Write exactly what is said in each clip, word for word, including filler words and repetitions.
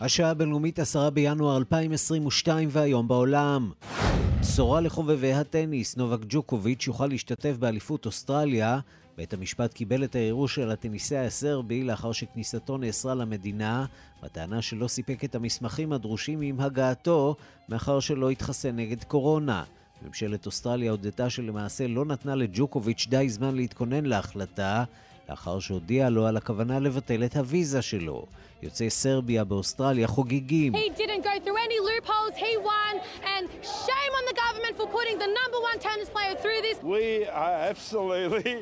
השעה הבינלאומית עשרה בינואר אלפיים עשרים ושתיים והיום בעולם. בשורה לחובבי הטניס, נובק ג'וקוביץ' יוכל להשתתף באליפות אוסטרליה. בית המשפט קיבל את הערעור של הטניסאי הסרבי לאחר שכניסתו נאסרה למדינה, בטענה שלא סיפק את המסמכים הדרושים עם הגעתו, מאחר שלא התחסן נגד קורונה. ממשלת אוסטרליה הודתה שלמעשה לא נתנה לג'וקוביץ' די זמן להתכונן להחלטה, לאחר שהודיע לו על הכוונה לבטל את הוויזה שלו. יוצאי סרביה באוסטרליה חוגגים. He didn't go through any loopholes, he won, and shame on the government for putting the number one tennis player through this. We are absolutely...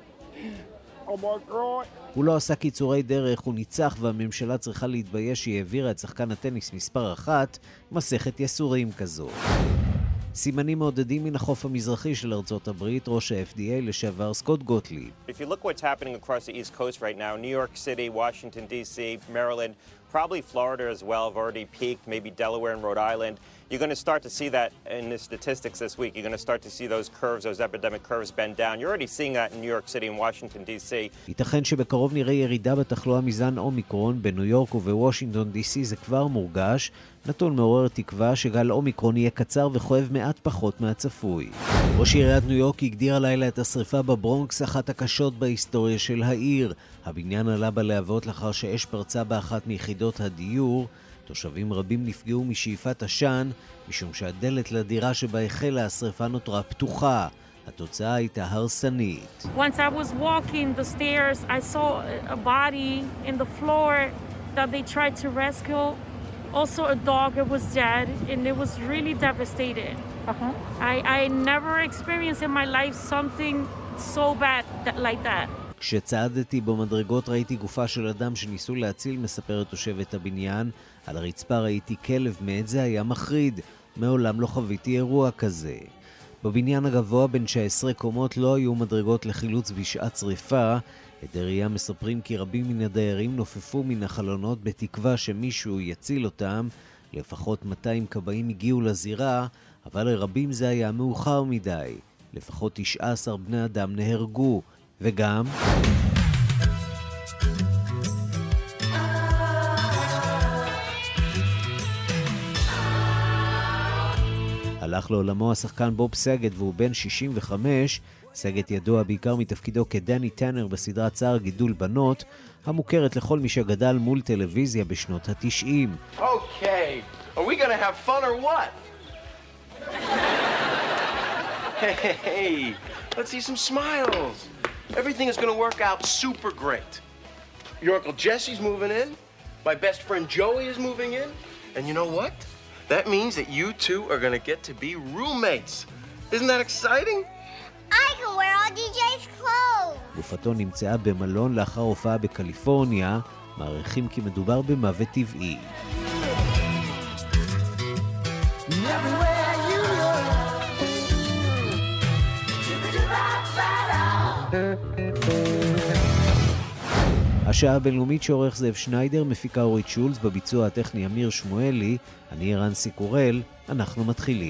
Oh my God. הוא לא עשה קיצורי דרך, הוא ניצח והממשלה צריכה להתבייש שהיא העבירה את שחקן הטניס מספר אחת, מסכת יסורים כזו. סימנים מעודדים מן החוף המזרחי של ארצות הברית, ראש ה-אף די איי לשעבר סקוט גוטליב. If you look what's happening across the East Coast right now, New York City, Washington, D C, Maryland, probably Florida as well have already peaked, maybe Delaware and Rhode Island. You're going to start to see that in the statistics this week. You're going to start to see those curves, those epidemic curves bend down. You're already seeing that in New York City and Washington, D C. ייתכן שבקרוב נראה ירידה בתחלואה מזן אומיקרון בניו יורק ובוושינגטון די סי, זה כבר מורגש. נתון מעורר תקווה שגל אומיקרון יהיה קצר וכואב מעט פחות מהצפוי. ראש עיריית ניו יורק הגדיר הלילה את השריפה בברונקס אחת הקשות בהיסטוריה של העיר. הבניין עלה בלהבות לאחר שאש פרצה באחת מיחידות הדיור. תושבים רבים נפגעו משאיפת עשן, משום שהדלת לדירה שבה החלה השריפה נותרה פתוחה. התוצאה הייתה הרסנית. Once I was walking the stairs, I saw a body in the floor that they tried to rescue. Also a dog that was dead, and it was really devastating. Uh-huh. I, I never experienced in my life something so bad that, like that. כשצעדתי במדרגות ראיתי גופה של אדם שניסו להציל, מספרת תושבת הבניין. על הרצפה ראיתי כלב מת, זה היה מחריד. מעולם לא חוויתי אירוע כזה. בבניין הגבוה בין תשע עשרה קומות לא היו מדרגות לחילוץ בשעת שריפה. עדי ראייה מספרים כי רבים מן הדיירים נופפו מן החלונות בתקווה שמישהו יציל אותם. לפחות מאתיים כבאים הגיעו לזירה, אבל לרבים זה היה מאוחר מדי. לפחות תשעה עשר בני אדם נהרגו. וגם הלך לעולמו השחקן בוב סגט והוא בן שישים וחמש. סגט ידוע בעיקר מתפקידו כדני טנר בסדרת צער גידול בנות, המוכרת לכל מי שגדל מול טלוויזיה בשנות ה-תשעים. Okay, are we gonna have fun or what? Hey, let's see some smiles. Everything is gonna work out super great. Your Uncle Jesse's moving in. My best friend Joey is moving in. And you know what? That means that you two are gonna get to be roommates. Isn't that exciting? I can wear all די ג'י's clothes. גופתו נמצאה במלון לאחר הופעה בקליפורניה. מעריכים כי מדובר במוות טבעי. השעה הבינלאומית שעורך זאב שניידר, מפיקה אורית שולץ, בביצוע הטכני אמיר שמואלי, אני רנסי קורל, אנחנו מתחילים.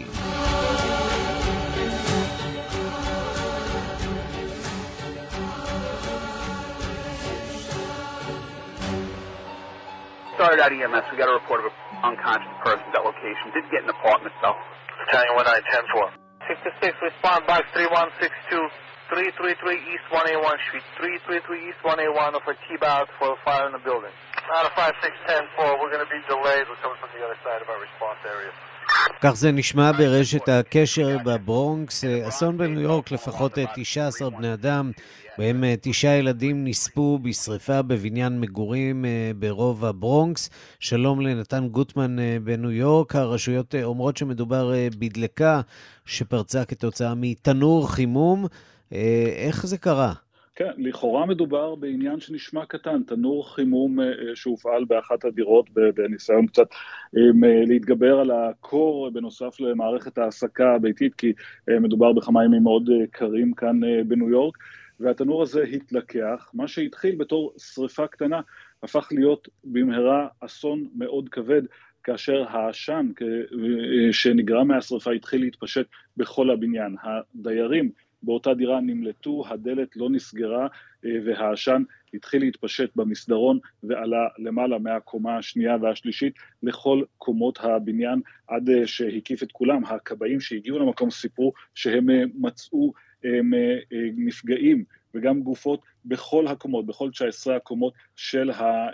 Started out E M S. We got a report of an unconscious person at that location. Didn't get an apartment though. Battalion one nine ten four. sixty-six, respond box three one six two, three three three East one A one Street, three three three East one A one for T-bound for a fire in the building. Out of five six ten four, we're going to be delayed. We're coming from the other side of our response area. כך זה נשמע ברשת הקשר בברונקס. אסון בניו יורק, לפחות תשעה עשר בני אדם, בהם תשעה ילדים נספו בשריפה בבניין מגורים ברוב הברונקס. שלום לנתן גוטמן בניו יורק. הרשויות אומרות שמדובר בדלקה שפרצה כתוצאה מתנור חימום. איך זה קרה? כן, לכאורה מדובר בעניין שנשמע קטן, תנור חימום שהופעל באחת הדירות בניסיון קצת להתגבר על הקור בנוסף למערכת העסקה הביתית, כי מדובר בכמה ימים מאוד קרים כאן בניו יורק, והתנור הזה התלקח. מה שהתחיל בתור שריפה קטנה הפך להיות במהרה אסון מאוד כבד, כאשר העשן שנגרם מהשריפה התחיל להתפשט בכל הבניין. הדיירים באותה דירה נמלטו, הדלת לא נסגרה והעשן התחיל להתפשט במסדרון ועלה למעלה מהקומה השנייה והשלישית לכל קומות הבניין עד שהקיף את כולם. הכבאים שהגיעו למקום סיפרו שהם מצאו הם, נפגעים וגם גופות בכל הקומות, בכל תשע עשרה הקומות של ה...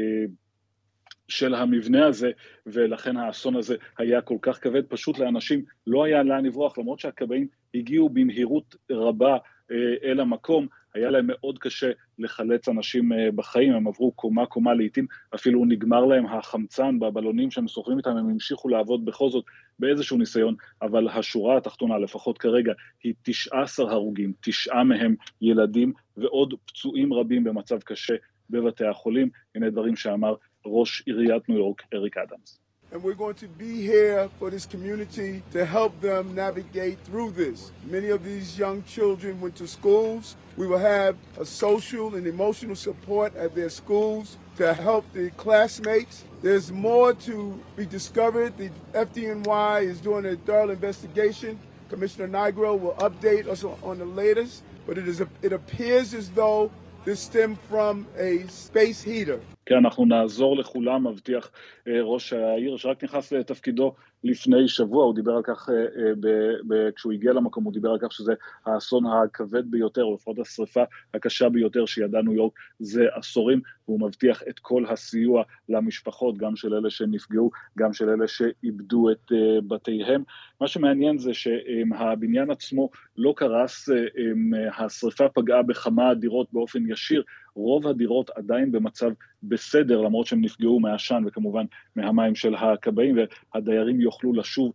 של המבנה הזה, ולכן האסון הזה היה כל כך כבד, פשוט לאנשים לא היה לאן לברוח, למרות שהכבאים הגיעו במהירות רבה אל המקום, היה להם מאוד קשה לחלץ אנשים בחיים, הם עברו קומה קומה, לעתים אפילו נגמר להם החמצן בבלונים שהם סוחבים איתם, הם המשיכו לעבוד בכל זאת באיזשהו ניסיון, אבל השורה התחתונה, לפחות כרגע, היא תשעה עשר הרוגים, תשעה מהם ילדים, ועוד פצועים רבים במצב קשה בבתי החולים. הנה דברים שאמר ראש עיריית ניו יורק, אריק אדמס. And we're going to be here for this community to help them navigate through this. Many of these young children went to schools. We will have a social and emotional support at their schools to help the classmates. There's more to be discovered. The F D N Y is doing a thorough investigation. Commissioner Nigro will update us on the latest, but it is a, it appears as though this stemmed from a space heater. כן, אנחנו נעזור לכולם, מבטיח ראש העיר, שרק נכנס לתפקידו לפני שבוע, הוא דיבר על כך, ב- ב- כשהוא הגיע למקום, הוא דיבר על כך שזה האסון הכבד ביותר, או לפחות השריפה הקשה ביותר שידע ניו יורק זה עשורים, והוא מבטיח את כל הסיוע למשפחות, גם של אלה שנפגעו, גם של אלה שאיבדו את בתיהם. מה שמעניין זה שהבניין עצמו לא קרס, השריפה פגעה בכמה דירות באופן ישיר, רוב הדירות עדיין במצב בסדר, למרות שהם נפגעו מהעשן וכמובן מהמים של הכבאים, והדיירים יוכלו לשוב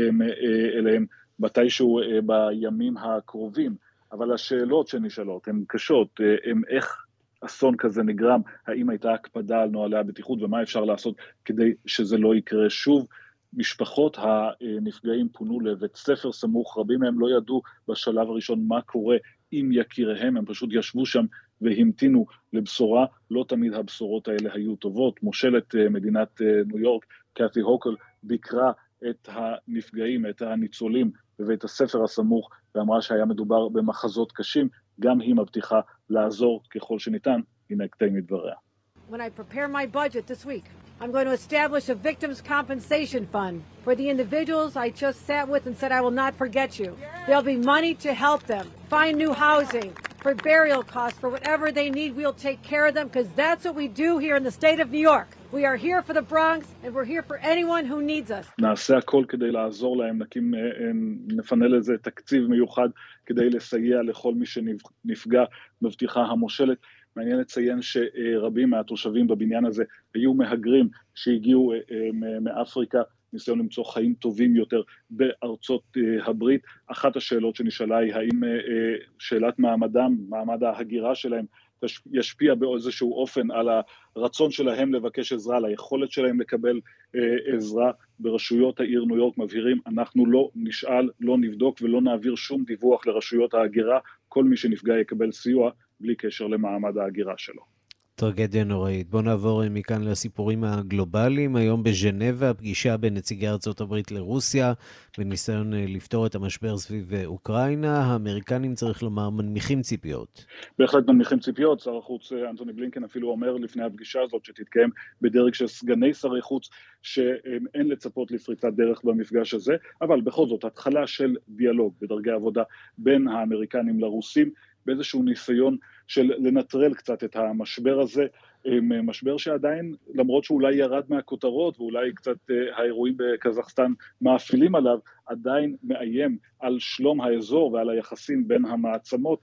אליהם מתישהו בימים הקרובים. אבל השאלות שנשאלות הן קשות, הן איך אסון כזה נגרם, האם הייתה הקפדה על נוהלי הבטיחות ומה אפשר לעשות כדי שזה לא יקרה שוב. משפחות הנפגעים פונו לבית ספר סמוך, רבים מהם לא ידעו בשלב הראשון מה קורה עם יקיריהם, הם פשוט ישבו שם והמתינו לבשורה, לא תמיד הבשורות האלה היו טובות. מושלת מדינת ניו יורק, קאתי הוקל, ביקרה את הנפגעים, את הניצולים בבית הספר הסמוך, ואמרה שהיה מדובר במחזות קשים, גם היא מבטיחה לעזור ככל שניתן. הנה קטעים מדבריה. When I prepare my budget this week, I'm going to establish a victims compensation fund for the individuals I just sat with and said I will not forget you. There'll be money to help them find new housing, for burial costs, for whatever they need. We'll take care of them because that's what we do here in the state of New York. We are here for the Bronx and we're here for anyone who needs us. נעשה הכל כדי לעזור להם, נקים, נפנה לזה תקציב מיוחד כדי לסייע לכל מי שנפגע, מבטיחה המושלת. מעניין לציין שרבים מהתושבים בבניין הזה היו מהגרים שהגיעו מאפריקה, ניסיון למצוא חיים טובים יותר בארצות הברית. אחת השאלות שנשאלה היא האם שאלת מעמדם, מעמד ההגירה שלהם, ישפיע באיזשהו אופן על הרצון שלהם לבקש עזרה, על היכולת שלהם לקבל עזרה. ברשויות העיר ניו יורק מבהירים, אנחנו לא נשאל, לא נבדוק ולא נעביר שום דיווח לרשויות ההגירה, כל מי שנפגע יקבל סיוע בלי קשר למעמד ההגירה שלו. טרגדיה נוראית. בוא נעבור מכאן לסיפורים הגלובליים. היום בז'נבה, הפגישה בין נציגי ארצות הברית לרוסיה, בניסיון לפתור את המשבר סביב אוקראינה. האמריקנים, צריך לומר, מנמיכים ציפיות. בהחלט מנמיכים ציפיות. שר החוץ אנטוני בלינקן אפילו אומר לפני הפגישה הזאת, שתתקיים בדרג של סגני שרי חוץ, שאין לצפות לפריצת דרך במפגש הזה, אבל בכל זאת, התחלה של דיאלוג בדרגי עבודה בין האמריקנים לרוסים, באיזשהו ניסיון של לנטרל קצת את המשבר הזה, משבר שעדיין, למרות שאולי ירד מהכותרות, ואולי קצת האירועים בקזחסטן מאפילים עליו, עדיין מאיים על שלום האזור ועל היחסים בין המעצמות.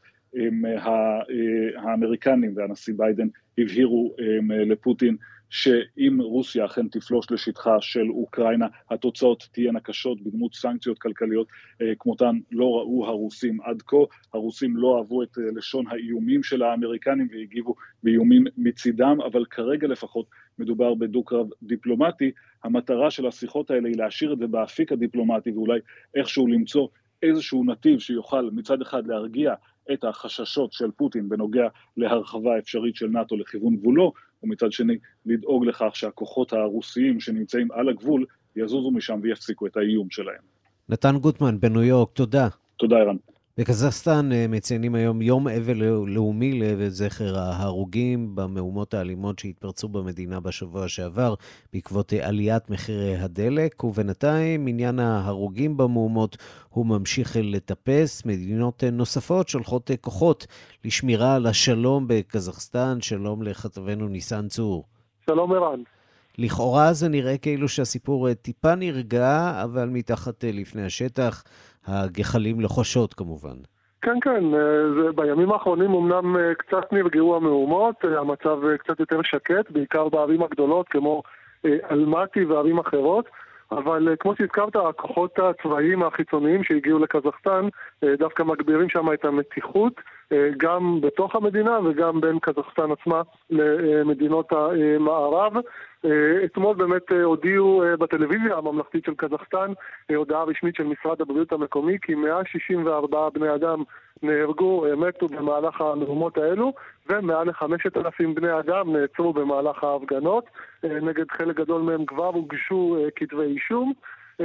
האמריקנים והנשיא ביידן הבהירו לפוטין שאם רוסיה אכן תפלוש לשטחה של אוקראינה, התוצאות תהיינה קשות בדמות סנקציות כלכליות, כמותן לא ראו הרוסים עד כה. הרוסים לא אהבו את לשון האיומים של האמריקנים והגיבו באיומים מצידם, אבל כרגע לפחות מדובר בדו-קרב דיפלומטי. המטרה של השיחות האלה היא להשאיר את זה באפיק הדיפלומטי, ואולי איכשהו למצוא איזשהו נתיב שיוכל מצד אחד להרגיע את החששות של פוטין בנוגע להרחבה אפשרית של נאטו לכיוון גבולו, ומצד שני לדאוג לכך שהכוחות הרוסיים שנמצאים על הגבול יזוזו משם ויפסיקו את האיום שלהם. נתן גוטמן בניו יורק, תודה. תודה, אירן. בקזחסטן מציינים היום יום אבל לאומי לזכר ההרוגים במהומות האלימות שהתפרצו במדינה בשבוע שעבר בעקבות עליית מחירי הדלק, ובינתיים עניין ההרוגים במהומות הוא ממשיך לטפס. מדינות נוספות שולחות כוחות לשמירה על השלום בקזחסטן. שלום לכתבנו ניסן צור. שלום ערן. לכאורה זה נראה כאילו שהסיפור טיפה נרגע, אבל מתחת לפני השטח הגחלים לחושות כמובן. כן, כן, זה, בימים האחרונים אמנם קצת נרגעו המהומות, המצב קצת יותר שקט, בעיקר בערים הגדולות כמו אלמטי וערים אחרות, אבל כמו שהזכרת, הכוחות הצבאיים החיצוניים שהגיעו לקזחסטן דווקא מגבירים שם את המתיחות, גם בתוך המדינה וגם בין קזחסטן עצמה למדינות המערב. אתמול באמת הודיעו בטלוויזיה הממלכתית של קזחסטן, הודעה רשמית של משרד הבריאות המקומי, כי מאה שישים וארבעה בני אדם נהרגו, מתו במהלך המהומות האלו, ומעל ל-חמשת אלפים בני אדם נעצרו במהלך ההפגנות. נגד חלק גדול מהם כבר הוגשו כתבי אישום,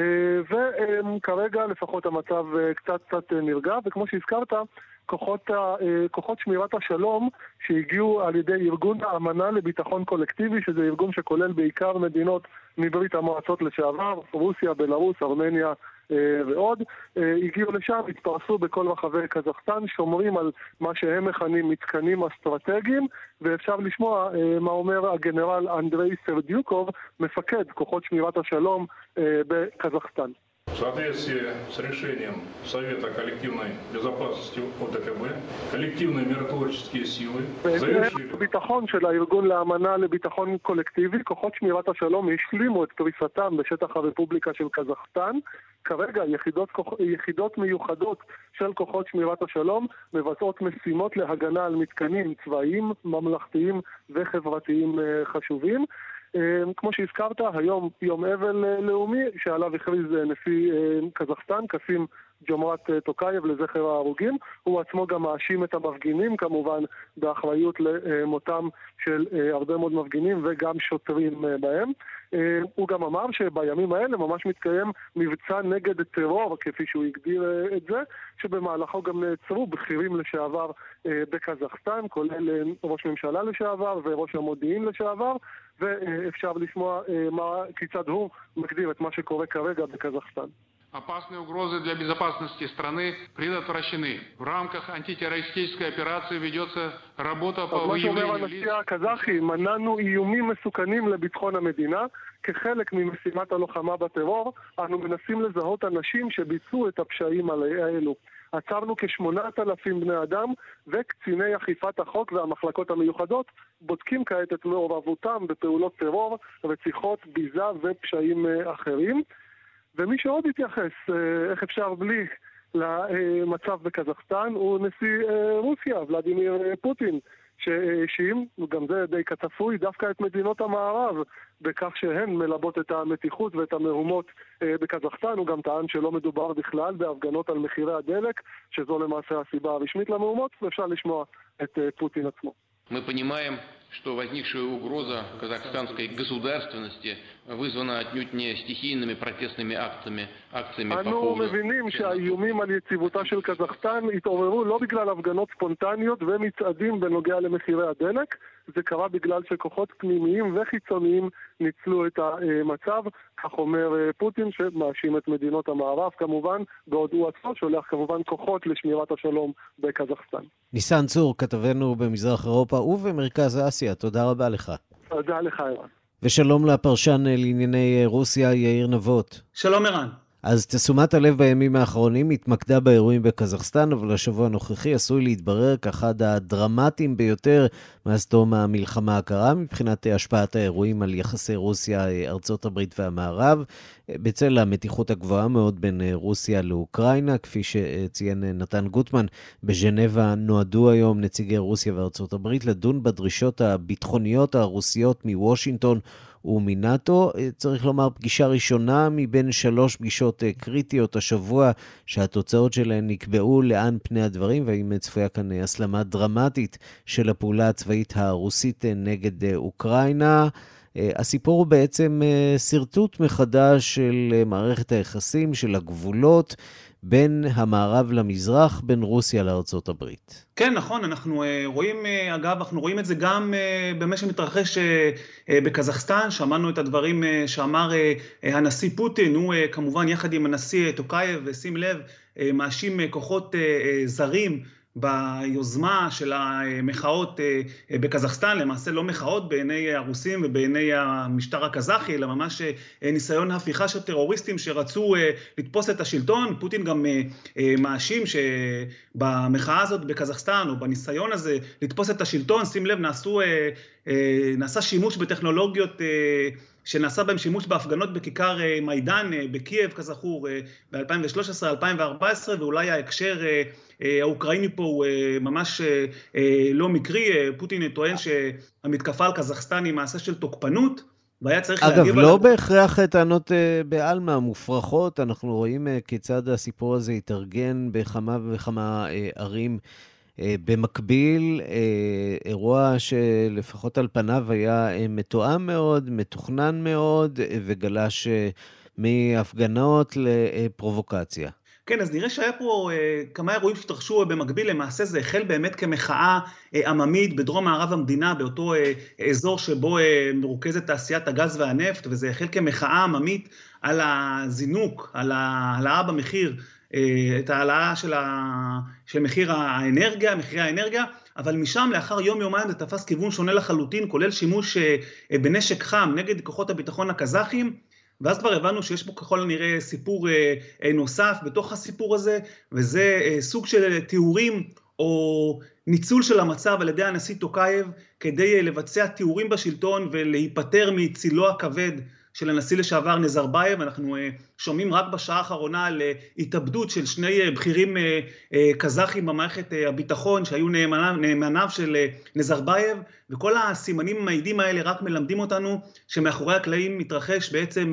וכרגע לפחות המצב קצת קצת נרגע, וכמו שהזכרת, כוחות, כוחות שמירת השלום שהגיעו על ידי ארגון האמנה לביטחון קולקטיבי, שזה ארגון שכולל בעיקר מדינות מברית המועצות לשעבר, רוסיה, בלרוס, ארמניה ועוד, הגיעו לשם, התפרסו בכל רחבי קזחסטן, שומרים על מה שהם מכנים מתקנים אסטרטגיים, ואפשר לשמוע מה אומר הגנרל אנדרי סרדיוקוב, מפקד כוחות שמירת השלום בקזחסטן. В соответствии с решением Совета коллективной безопасности ОДКБ, коллективные миротворческие силы завершили... הביטחון של הארגון לאמנה לביטחון קולקטיבי, כוחות שמירת השלום השלימו את פריסתם בשטח הרפובליקה של קזחסטן. כרגע יחידות, יחידות מיוחדות של כוחות שמירת השלום מבצעות משימות להגנה על מתקנים צבאיים, ממלכתיים וחברתיים חשובים. כמו שהזכרת, היום יום אבל לאומי שעליו הכריז נשיא קזחסטן, קסים ג'ומרת טוקייב, לזכר ההרוגים. הוא עצמו גם מאשים את המפגינים כמובן באחריות למותם של הרבה מאוד מפגינים וגם שוטרים בהם. הוא גם אמר שבימים האלה ממש מתקיים מבצע נגד טרור, כפי שהוא הגדיר את זה, שבמהלכו גם נעצרו בכירים לשעבר בקזחסטן, כולל ראש ממשלה לשעבר וראש המודיעין לשעבר, ואפשר לשמוע מה, כיצד הוא מגדיר את מה שקורה כרגע בקזחסטן. Опасные угрозы для безопасности страны предотвращены. В рамках антитеррористической операции ведется работа по выявлению лиц... הקזחי, מנענו איומים מסוכנים לביטחון המדינה. כחלק ממשימת הלוחמה בטרור, אנו מנסים לזהות אנשים שביצעו את הפשעים האלו. עצרנו כשמונת אלפים בני אדם, וקציני אכיפת החוק והמחלקות המיוחדות בודקים כעת את מעורבותם בפעולות טרור, רציחות, ביזה ופשעים אחרים. ומי שעוד התייחס, איך אפשר בלי, למצב בקזחסטן, הוא נשיא רוסיה, ולדימיר פוטין, שהאשים, וגם זה די כצפוי, דווקא את מדינות המערב, בכך שהן מלבות את המתיחות ואת המהומות בקזחסטן. הוא גם טען שלא מדובר בכלל בהפגנות על מחירי הדלק, שזו למעשה הסיבה הרשמית למהומות, ואפשר לשמוע את פוטין עצמו. Мы понимаем, что возникшая угроза казахстанской государственности вызвана отнюдь не стихийными протестными акциями, акциями по אנו מבינים שהאיומים על יציבותה של קזחסטן התעוררו לא בגלל הפגנות ספונטניות ומצעדים בנוגע למחירי הדלק, זה קרה בגלל שכוחות פנימיים וחיצוניים ניצלו את המצב, כך אומר פוטין, שמאשים את מדינות המערב כמובן, בעוד הוא עצמו שולח כמובן כוחות לשמירת השלום בקזחסטן. ניסן צור, כתבנו במזרח אירופה ובמרכז אסיה, תודה רבה לך. תודה לך, ערן. ושלום לפרשן לענייני רוסיה, יאיר נבות. שלום ערן. אז תשומת הלב בימים האחרונים התמקדה באירועים בקזחסטן, אבל השבוע הנוכחי עשוי להתברר כאחד הדרמטיים ביותר מאז תום המלחמה הקרה, מבחינת השפעת האירועים על יחסי רוסיה, ארצות הברית והמערב, בצל המתיחות הגבוהה מאוד בין רוסיה לאוקראינה, כפי שציין נתן גוטמן, בז'נבה נועדו היום נציגי רוסיה וארצות הברית לדון בדרישות הביטחוניות הרוסיות מוושינגטון ומנאטו. צריך לומר, פגישה ראשונה מבין שלוש פגישות קריטיות השבוע, שהתוצאות שלהן נקבעו לאן פני הדברים, והאם צפויה כאן הסלמה דרמטית של הפעולה הצבאית הרוסית נגד אוקראינה. הסיפור הוא בעצם סרטוט מחדש של מערכת היחסים, של הגבולות בין המערב למזרח, בין רוסיה לארצות הברית. כן, נכון, אנחנו רואים, אגב, אנחנו רואים את זה גם במה שמתרחש בקזחסטן, שמענו את הדברים שאמר הנשיא פוטין, הוא כמובן יחד עם הנשיא טוקייב, ושים לב, מאשים כוחות זרים, ביוזמה של המחאות בקזחסטן, למעשה לא מחאות בעיני הרוסים ובעיני המשטר הקזחי, אלא ממש ניסיון הפיכה של טרוריסטים שרצו לתפוס את השלטון. פוטין גם מאשים שבמחאה הזאת בקזחסטן, או בניסיון הזה לתפוס את השלטון, שים לב, נעשו, נעשה שימוש בטכנולוגיות שנעשה בהם שימוש בהפגנות בכיכר מיידן בקייב, כזכור, ב-אלפיים ושלוש עשרה אלפיים וארבע עשרה, ואולי ההקשר האוקראיני פה הוא ממש לא מקרי. פוטין טוען שהמתקפה על קזחסטן היא מעשה של תוקפנות, והיה צריך אגב, להגיב... אגב, לא על... בהכרח טענות בעלמא מופרכות, אנחנו רואים כיצד הסיפור הזה התארגן בכמה וכמה ערים במקביל, אירוע שלפחות על פניו היה מתואם מאוד, מתוכנן מאוד, וגלש מהפגנות לפרובוקציה. כן, אז נראה שהיה פה כמה אירועים שתרחשו במקביל. למעשה זה החל באמת כמחאה עממית בדרום מערב המדינה, באותו אזור שבו מרוכזת תעשיית הגז והנפט, וזה החל כמחאה עממית על הזינוק, על העלאה במחיר, את העלאה של, ה... של מחיר האנרגיה, מחירי האנרגיה, אבל משם לאחר יום יומיים זה תפס כיוון שונה לחלוטין, כולל שימוש בנשק חם נגד כוחות הביטחון הקזחים, ואז כבר הבנו שיש פה ככל הנראה סיפור נוסף בתוך הסיפור הזה, וזה סוג של תיאורים או ניצול של המצב על ידי הנשיא טוקייב, כדי לבצע תיאורים בשלטון ולהיפטר מצילו הכבד של הנשיא לשעבר נזרבייב. אנחנו שומעים רק בשעה האחרונה על התאבדות של שני בכירים קזחים במערכת הביטחון שהיו נאמניו של נזרבייב, וכל הסימנים המעידים האלה רק מלמדים אותנו שמאחורי הקלעים מתרחש בעצם,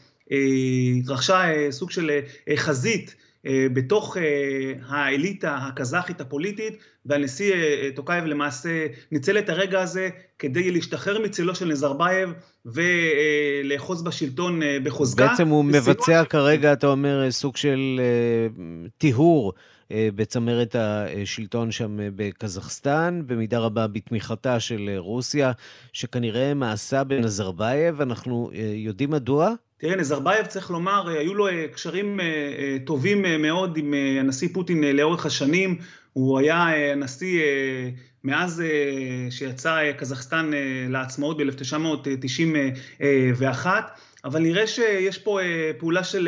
התרחשה סוג של חזית בתוך האליטה הקזחית הפוליטית, והנשיא טוקייב למעשה ניצל את הרגע הזה כדי להשתחרר מצילו של נזרבייב ולאחוז בשלטון בחוזקה. בעצם הוא מבצע כרגע, אתה אומר, סוג של טיהור בצמרת השלטון שם בקזחסטן, במידה רבה בתמיכתה של רוסיה, שכנראה מעשה בנזרבייב. אנחנו יודעים מדוע? תראה, נזרבייב, צריך לומר, היו לו קשרים טובים מאוד עם הנשיא פוטין לאורך השנים. הוא היה הנשיא מאז שיצא קזחסטן לעצמאות ב-אלף תשע מאות תשעים ואחת, אבל נראה שיש פה פעולה של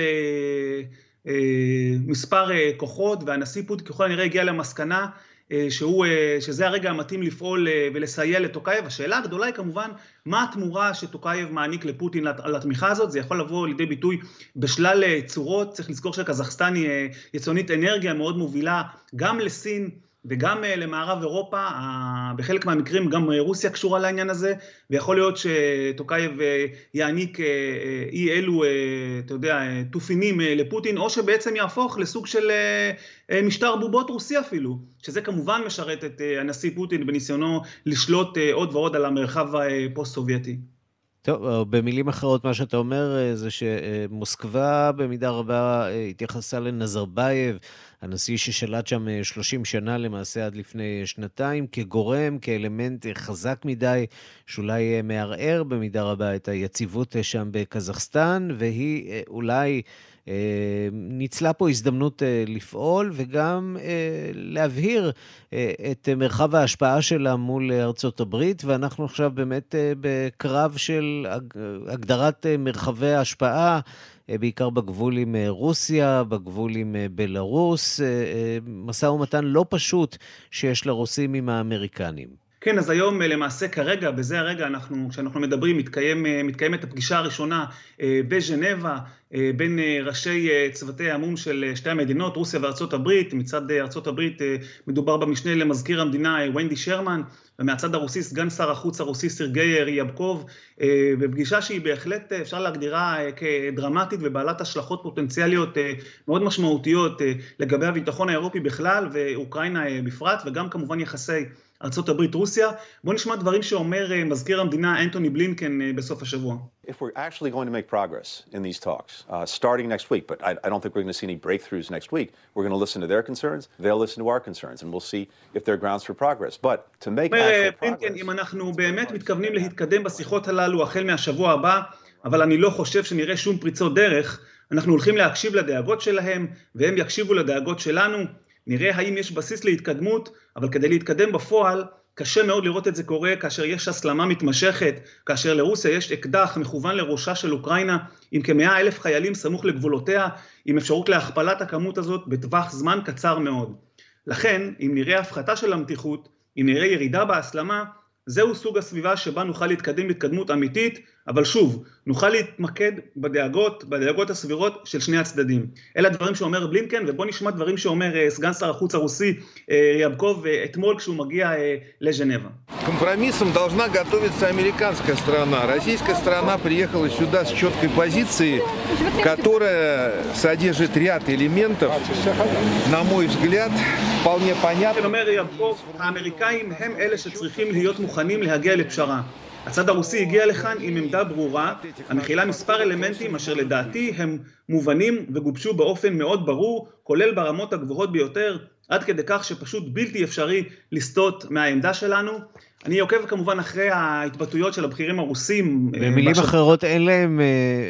מספר כוחות, והנשיא פוטין ככל הנראה הגיע למסקנה שהוא, שזה הרגע המתאים לפעול ולסייע לטוקייב. השאלה הגדולה היא כמובן, מה התמורה שטוקייב מעניק לפוטין על התמיכה הזאת? זה יכול לבוא לידי ביטוי בשלל צורות. צריך לזכור שקזחסטן היא יצואנית אנרגיה מאוד מובילה גם לסין וגם למערב אירופה, בחלק מהמקרים גם רוסיה קשורה לעניין הזה, ויכול להיות שטוקייב יעניק אי אלו, אתה יודע, תופינים לפוטין, או שבעצם יהפוך לסוג של משטר בובות רוסי אפילו, שזה כמובן משרת את הנשיא פוטין בניסיונו לשלוט עוד ועוד על המרחב הפוסט-סובייטי. טוב, במילים אחרות מה שאתה אומר זה שמוסקבה במידה רבה התייחסה לנזרבייב, הנשיא ששלט שם שלושים שנה למעשה עד לפני שנתיים, כגורם, כאלמנט חזק מדי, שאולי מערער במידה רבה את היציבות שם בקזחסטן, והיא אולי ניצלה פה הזדמנות לפעול וגם להבהיר את מרחב ההשפעה שלה מול ארצות הברית, ואנחנו עכשיו באמת בקרב של הגדרת מרחבי ההשפעה, בעיקר בגבול עם רוסיה, בגבול עם בלרוס, משא ומתן לא פשוט שיש לרוסים עם האמריקנים. כן, אז היום למעשה כרגע, בזה הרגע אנחנו, כשאנחנו מדברים, מתקיים, מתקיימת הפגישה הראשונה בז'נבה, בין ראשי צוותי המום של שתי המדינות, רוסיה וארצות הברית. מצד ארצות הברית מדובר במשנה למזכיר המדינה ונדי שרמן, ומהצד הרוסי סגן שר החוץ הרוסי סרגי ריאבקוב, בפגישה שהיא בהחלט אפשר להגדירה כדרמטית ובעלת השלכות פוטנציאליות מאוד משמעותיות לגבי הביטחון האירופי בכלל ואוקראינה בפרט, וגם כמובן יחסי ארצות הברית רוסיה. בואו נשמע דברים שאומר מזכיר המדינה אנטוני בלינקן בסוף השבוע. If we're actually going to make progress in these talks, uh, starting next week, but I, I don't think we're going to see any breakthroughs next week, we're going to listen to their concerns, they'll listen to our concerns, and we'll see if there are grounds for progress. But to make actual progress... אם אנחנו באמת מתכוונים להתקדם בשיחות הללו החל מהשבוע הבא, אבל אני לא חושב שנראה שום פריצות דרך, אנחנו הולכים להקשיב לדאגות שלהם, והם יקשיבו לדאגות שלנו, נראה האם יש בסיס להתקדמות, אבל כדי להתקדם בפועל, קשה מאוד לראות את זה קורה כאשר יש הסלמה מתמשכת, כאשר לרוסיה יש אקדח מכוון לראשה של אוקראינה, עם כמאה אלף חיילים סמוך לגבולותיה, עם אפשרות להכפלת הכמות הזאת בטווח זמן קצר מאוד. לכן, אם נראה הפחתה של המתיחות, אם נראה ירידה בהסלמה, זהו סוג הסביבה שבה נוכל להתקדם בהתקדמות אמיתית, אבל שוב, נוכל להתמקד בדאגות, בדאגות הסבירות של שני הצדדים. אלה הדברים שאומר בלינקן, ובוא נשמע דברים שאומר סגן שר החוץ הרוסי רябков אתמול כשהוא מגיע לז'נבה. Компромиссом должна готовиться американская сторона. Российская сторона приехала сюда с четкой позицией, которая содержит ряд элементов, на мой взгляд, вполне понятно. אומר רябков, האמריקאים הם אלה שצריכים להיות מוכנים להגיע לפשרה. הצד הרוסי הגיע לכאן עם עמדה ברורה, המכילה מספר אלמנטים אשר לדעתי הם מובנים וגובשו באופן מאוד ברור, כולל ברמות הגבוהות ביותר, עד כדי כך שפשוט בלתי אפשרי לסטות מהעמדה שלנו. אני עוקב כמובן אחרי ההתבטאויות של הבכירים הרוסים. במילים בשב... אחרות אין להם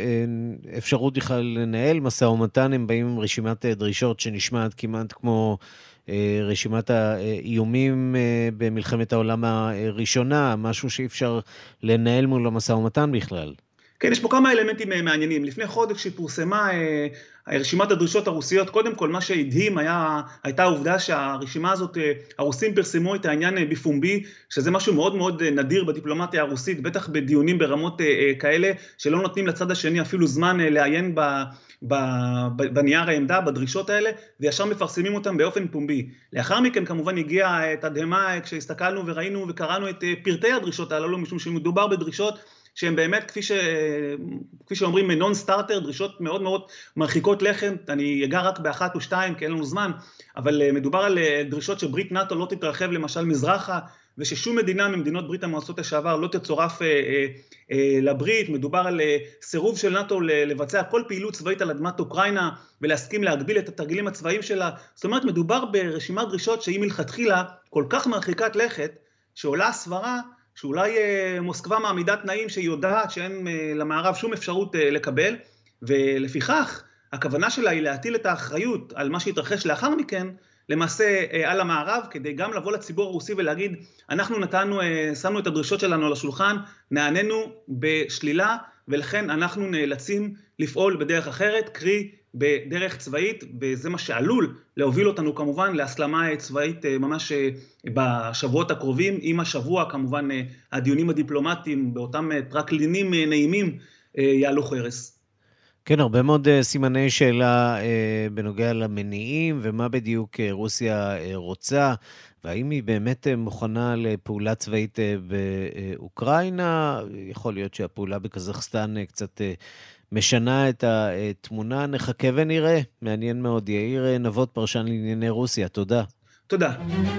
אפשרות בכלל לנהל משא ומתן, הם באים עם רשימת דרישות שנשמעת כמעט כמו רשימת האיומים במלחמת העולם הראשונה, משהו שאי אפשר לנהל מול המשא ומתן בכלל. כן, יש פה כמה אלמנטים מעניינים. לפני חודש שפורסמה רשימת הדרישות הרוסיות, קודם כל מה שהדהים היה, הייתה העובדה שהרשימה הזאת, הרוסים פרסמו את העניין בפומבי, שזה משהו מאוד מאוד נדיר בדיפלומטיה הרוסית, בטח בדיונים ברמות כאלה, שלא נותנים לצד השני אפילו זמן לעיין ב... בנייר העמדה, בדרישות האלה, וישר מפרסמים אותם באופן פומבי. לאחר מכן כמובן הגיעה תדהמה כשהסתכלנו וראינו וקראנו את פרטי הדרישות הללו, משום שמדובר בדרישות שהן באמת, כפי, ש... כפי שאומרים, נון סטארטר, דרישות מאוד מאוד מרחיקות לכם. אני אגע רק באחת או שתיים, כי אין לנו זמן, אבל מדובר על דרישות שברית נאטו לא תתרחב למשל מזרחה, וששום מדינה ממדינות ברית המועצות לשעבר לא תצורף אה, אה, אה, לברית. מדובר על אה, סירוב של נאטו לבצע כל פעילות צבאית על אדמת אוקראינה, ולהסכים להגביל את התרגילים הצבאיים שלה. זאת אומרת, מדובר ברשימת דרישות שהיא מלכתחילה כל כך מרחיקת לכת, שעולה הסברה שאולי אה, מוסקבה מעמידה תנאים שהיא יודעת שאין אה, למערב שום אפשרות אה, לקבל, ולפיכך הכוונה שלה היא להטיל את האחריות על מה שהתרחש לאחר מכן, למעשה על המערב, כדי גם לבוא לציבור הרוסי ולהגיד, אנחנו נתנו, שמנו את הדרישות שלנו על השולחן, נעננו בשלילה, ולכן אנחנו נאלצים לפעול בדרך אחרת, קרי בדרך צבאית, וזה מה שעלול להוביל אותנו כמובן להסלמה צבאית ממש בשבועות הקרובים, עם השבוע כמובן הדיונים הדיפלומטיים באותם טרקלינים נעימים יעלו חרס. כן, הרבה מאוד סימני שאלה בנוגע למניעים, ומה בדיוק רוסיה רוצה, והאם היא באמת מוכנה לפעולה צבאית באוקראינה. יכול להיות שהפעולה בקזחסטן קצת משנה את התמונה, נחכה ונראה. מעניין מאוד. יאיר נבות, פרשן לענייני רוסיה, תודה. תודה.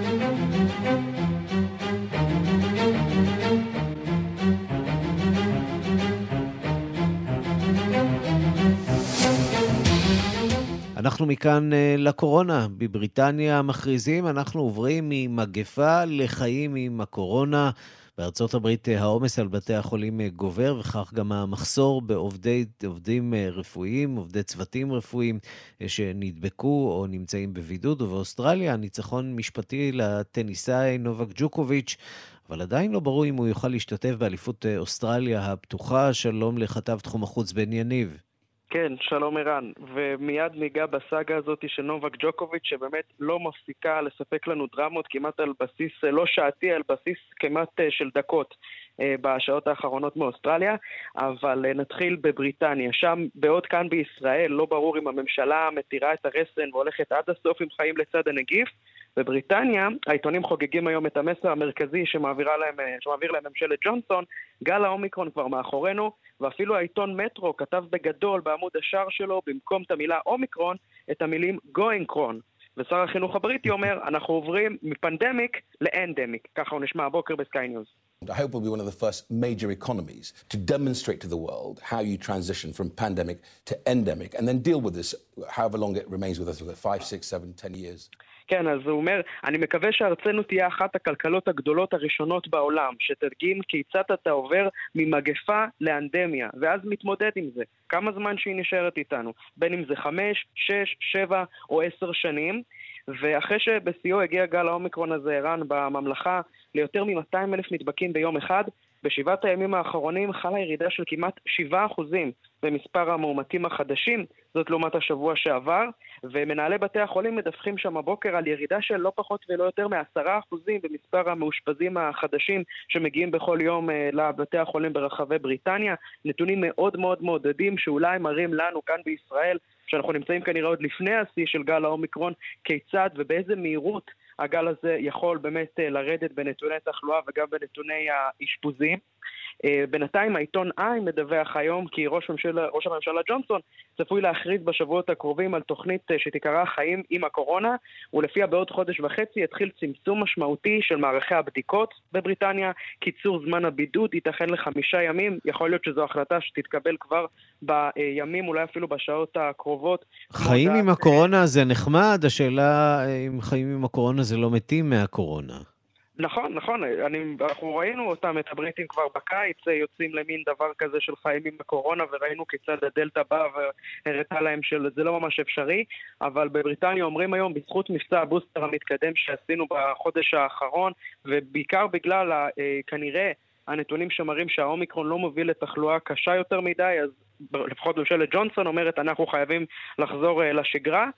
אנחנו מכאן לקורונה. בבריטניה מכריזים, אנחנו עוברים ממגפה לחיים עם הקורונה. בארצות הברית העומס על בתי החולים גובר, וכך גם המחסור בעובדי עובדים רפואיים, עובדי צוותים רפואיים שנדבקו או נמצאים בבידוד. ובאוסטרליה ניצחון משפטי לטניסאי נובק ג'וקוביץ', אבל עדיין לא ברור אם הוא יוכל להשתתף באליפות אוסטרליה הפתוחה. שלום לכתב תחום החוץ בן יניב. כן, שלום ערן, ומיד ניגע בסאגה הזאת של נובק ג'וקוביץ' שבאמת לא מפסיקה לספק לנו דרמות כמעט על בסיס לא שעתי, על בסיס כמעט של דקות בשעות האחרונות מאוסטרליה. אבל נתחיל בבריטניה, שם בעוד כאן בישראל לא ברור אם הממשלה מתירה את הרסן והולכת עד הסוף עם חיים לצד הנגיף. בבריטניה העיתונים חוגגים היום את המסר המרכזי שמעבירה להם, שמעביר להם ממשלת ג'ונסון. גל האומיקרון כבר מאחורינו, ואפילו העיתון מטרו כתב בגדול בעמוד השער שלו במקום את המילה אומיקרון את המילים גוינקרון. ושר החינוך הבריטי אומר, אנחנו עוברים מפנדמיק לאנדמיק. ככה הוא נשמע הבוקר בסקיי ניוז. I hope we'll be one of the first major economies to demonstrate to the world how you transition from pandemic to endemic and then deal with this however long it remains with us, five, six, seven, ten years. כן, אז הוא אומר, אני מקווה שארצנו תהיה אחת הכלכלות הגדולות הראשונות בעולם, שתדגים כיצד אתה עובר ממגפה לאנדמיה, ואז מתמודד עם זה. כמה זמן שהיא נשארת איתנו, בין אם זה חמש, שש, שבע או עשר שנים, ואחרי שבסיוע הגיע גל האומיקרון הזה, ערן בממלכה, ליותר מ-מאתיים אלף נדבקים ביום אחד, בשבעת הימים האחרונים חלה ירידה של כמעט שבעה אחוזים במספר המאומתים החדשים, זאת לעומת השבוע שעבר, ומנהלי בתי החולים מדווחים שם הבוקר על ירידה של לא פחות ולא יותר מעשרה אחוזים במספר המאושפזים החדשים שמגיעים בכל יום לבתי החולים ברחבי בריטניה. נתונים מאוד מאוד מעודדים שאולי מראים לנו כאן בישראל, שאנחנו נמצאים כנראה עוד לפני השיא של גל האומיקרון, כיצד ובאיזה מהירות הגל הזה יכול באמת לרדת בנתוני תחלואה וגם בנתוני האשפוזים. בינתיים העיתון איי מדווח היום כי ראש הממשלה, ראש הממשלה ג'ונסון צפוי להכריז בשבועות הקרובים על תוכנית שתיקרא חיים עם הקורונה, ולפיה בעוד חודש וחצי יתחיל צמצום משמעותי של מערכי הבדיקות בבריטניה, קיצור זמן הבידוד ייתכן לחמישה ימים, יכול להיות שזו החלטה שתתקבל כבר בימים, אולי אפילו בשעות הקרובות. חיים עם הקורונה זה נחמד, השאלה אם חיים עם הקורונה זה לא מתים מהקורונה. נכון, נכון, אני, אנחנו ראינו אותם, את הבריטים כבר בקיץ, יוצאים למין דבר כזה של חיים עם הקורונה, וראינו כיצד הדלטה באה והראתה להם שזה לא ממש אפשרי, אבל בבריטניה אומרים היום, בזכות מבצע הבוסטר המתקדם שעשינו בחודש האחרון, ובעיקר בגלל כנראה הנתונים שמראים שהאומיקרון לא מוביל לתחלואה קשה יותר מדי, אז לפחות ממשלת ג'ונסון אומרת, אנחנו חייבים לחזור לשגרה,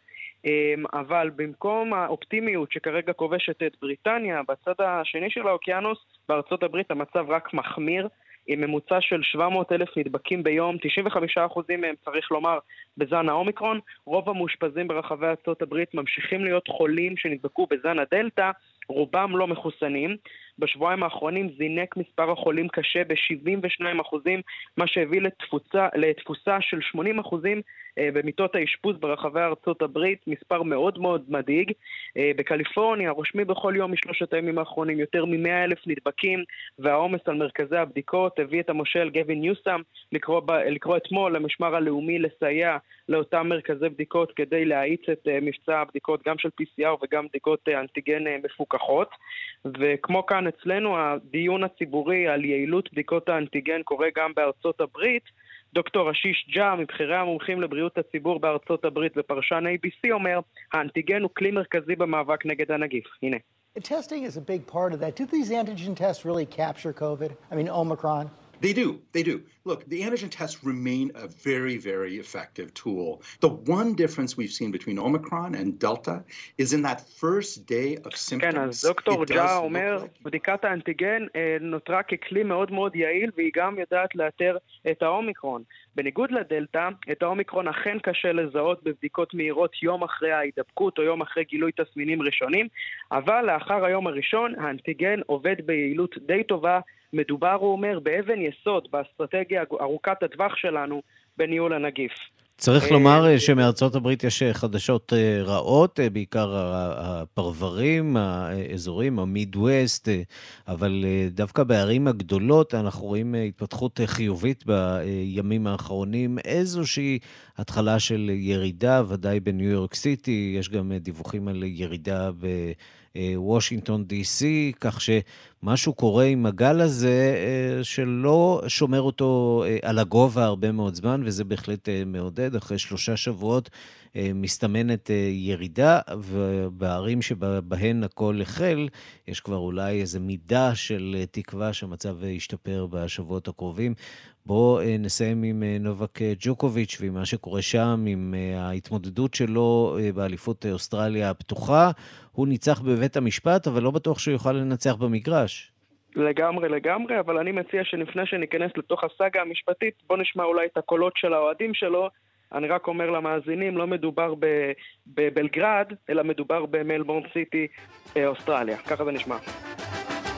אבל במקום האופטימיות שכרגע כובשת את בריטניה, בצד השני של האוקיינוס, בארצות הברית המצב רק מחמיר, עם ממוצע של שבע מאות אלף נדבקים ביום, תשעים וחמישה אחוז מהם צריך לומר בזן האומיקרון, רוב המאושפזים ברחבי ארצות הברית ממשיכים להיות חולים שנדבקו בזן הדלטה, רובם לא מחוסנים. בשבועיים האחרונים זינק מספר החולים קשה ב-שבעים ושניים אחוזים, מה שהביא לתפוצה, לתפוסה של שמונים אחוזים במיטות האשפוז ברחבי ארצות הברית, מספר מאוד מאוד מדאיג. בקליפורניה רושמים בכל יום משלושת הימים האחרונים יותר מ-מאה אלף נדבקים, והעומס על מרכזי הבדיקות הביא את המושל גווין ניוסם לקרוא, ב, לקרוא אתמול למשמר הלאומי לסייע לאותם מרכזי בדיקות כדי להאיץ את מבצע הבדיקות גם של פי סי אר וגם בדיקות אנטיגן מפוקחות. וכמו כאן אצלנו, הדיון הציבורי על יעילות בדיקות האנטיגן קורה גם בארצות הברית. דוקטור אשיש ג'ה, מבחירי המומחים לבריאות הציבור בארצות הברית ופרשן איי בי סי, אומר, האנטיגן הוא כלי מרכזי במאבק נגד הנגיף. הנה. Testing is a big part of that. Do these antigen tests really capture COVID? I mean, Omicron? They do. They do. Look, the antigen tests remain a very, very effective tool. The one difference we've seen between Omicron and Delta is in that first day of symptoms. כן, אז דוקטור ג'ה אומר, בדיקת האנטיגן נותרה ככלי מאוד מאוד יעיל, והיא גם יודעת לאתר את האומיקרון. בניגוד לדלטה, את האומיקרון אכן קשה לזהות בבדיקות מהירות יום אחרי ההידבקות או יום אחרי גילוי תסמינים ראשונים, אבל לאחר היום הראשון, האנטיגן עובד ביעילות די טובה. מדובר, הוא אומר, באבן יסוד באסטרטגיה ארוכת הטווח שלנו בניהול הנגיף. צריך לומר שמארצות הברית יש חדשות רעות, בעיקר הפרברים, האזורים, המידווסט, אבל דווקא בערים הגדולות אנחנו רואים התפתחות חיובית בימים האחרונים, איזושהי התחלה של ירידה, ודאי בניו יורק סיטי, יש גם דיווחים על ירידה בוושינגטון די סי, כך שמשהו קורה עם הגל הזה שלא שומר אותו על הגובה הרבה מאוד זמן, וזה בהחלט מעודד. אחרי שלושה שבועות מסתמנת ירידה, ובערים שבהן הכל החל, יש כבר אולי איזו מידה של תקווה שהמצב ישתפר בשבועות הקרובים. בואו נסיים עם נובק ג'וקוביץ' ועם מה שקורה שם, עם ההתמודדות שלו באליפות אוסטרליה הפתוחה. הוא ניצח בבית המשפט, אבל לא בטוח שהוא יוכל לנצח במגרש. לגמרי, לגמרי, אבל אני מציע שנפני שניכנס לתוך הסאגה המשפטית, בוא נשמע אולי את הקולות של האוהדים שלו. אני רק אומר למאזינים, לא מדובר בבלגרד, אלא מדובר במלבורן סיטי, אוסטרליה. ככה זה נשמע.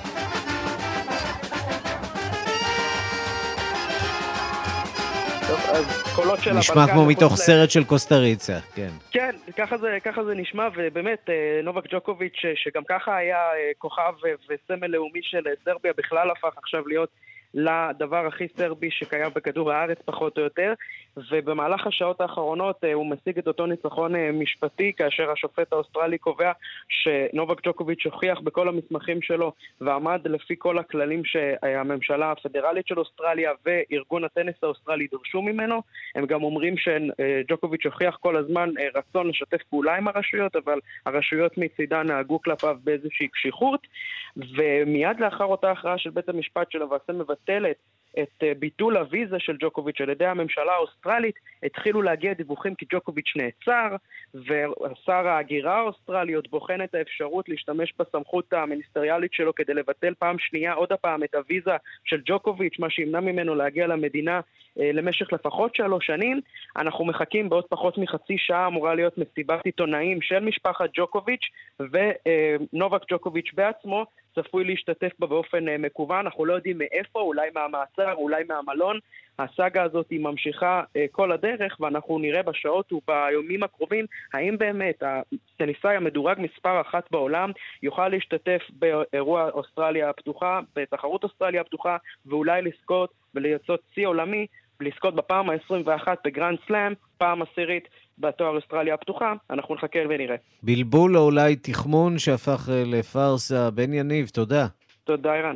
טוב, אז קולות של הבלגן... נשמע כמו מתוך סרט של קוסטריצה, כן. כן, ככה זה, ככה זה נשמע, ובאמת, נובק ג'וקוביץ', שגם ככה היה כוכב וסמל לאומי של סרביה, בכלל הפך עכשיו להיות לדבר הכי סרבי שקיים בכדור הארץ פחות או יותר, ובמהלך השעות האחרונות הוא משיג את אותו ניצחון משפטי, כאשר השופט האוסטרלי קובע שנובק ג'וקוביץ' הוכיח בכל המסמכים שלו ועמד לפי כל הכללים שהממשלה הפדרלית של אוסטרליה וארגון הטניס האוסטרלי דרשו ממנו. הם גם אומרים שג'וקוביץ' הוכיח כל הזמן רצון לשתף פעולה עם הרשויות, אבל הרשויות מצידן נהגו כלפיו באיזושהי קשיחות, ומיד לאחר אותה הכרעה של בית המשפט שלמעשה מבטלת את ביטול הוויזה של ג'וקוביץ' על ידי הממשלה האוסטרלית, התחילו להגיע דיווחים כי ג'וקוביץ' נעצר, ושר ההגירה האוסטרלי עוד בוחן את האפשרות להשתמש בסמכות המיניסטריאלית שלו כדי לבטל פעם שנייה עוד הפעם את הוויזה של ג'וקוביץ', מה שימנע ממנו להגיע למדינה למשך לפחות שלוש שנים. אנחנו מחכים בעוד פחות מחצי שעה, אמורה להיות מסיבת עיתונאים של משפחת ג'וקוביץ', ונובק ג'וקוביץ' בעצמו צפוי להשתתף בה באופן מקוון. אנחנו לא יודעים מאיפה, אולי מהמעצר, אולי מהמלון. הסאגה הזאת היא ממשיכה כל הדרך, ואנחנו נראה בשעות וביומים הקרובים האם באמת הטניסאי המדורג מספר אחת בעולם יוכל להשתתף באירוע אוסטרליה הפתוחה, בתחרות אוסטרליה הפתוחה, ואולי לזכות ולייצות צי עולמי, לזכות בפעם ה-עשרים ואחת בגרנד סלאם, פעם עשירית בתואר אוסטרליה הפתוחה. אנחנו נחכה ונראה. בלבול או אולי תחמון שהפך לפרסה. בן יניב, תודה. תודה, אירן.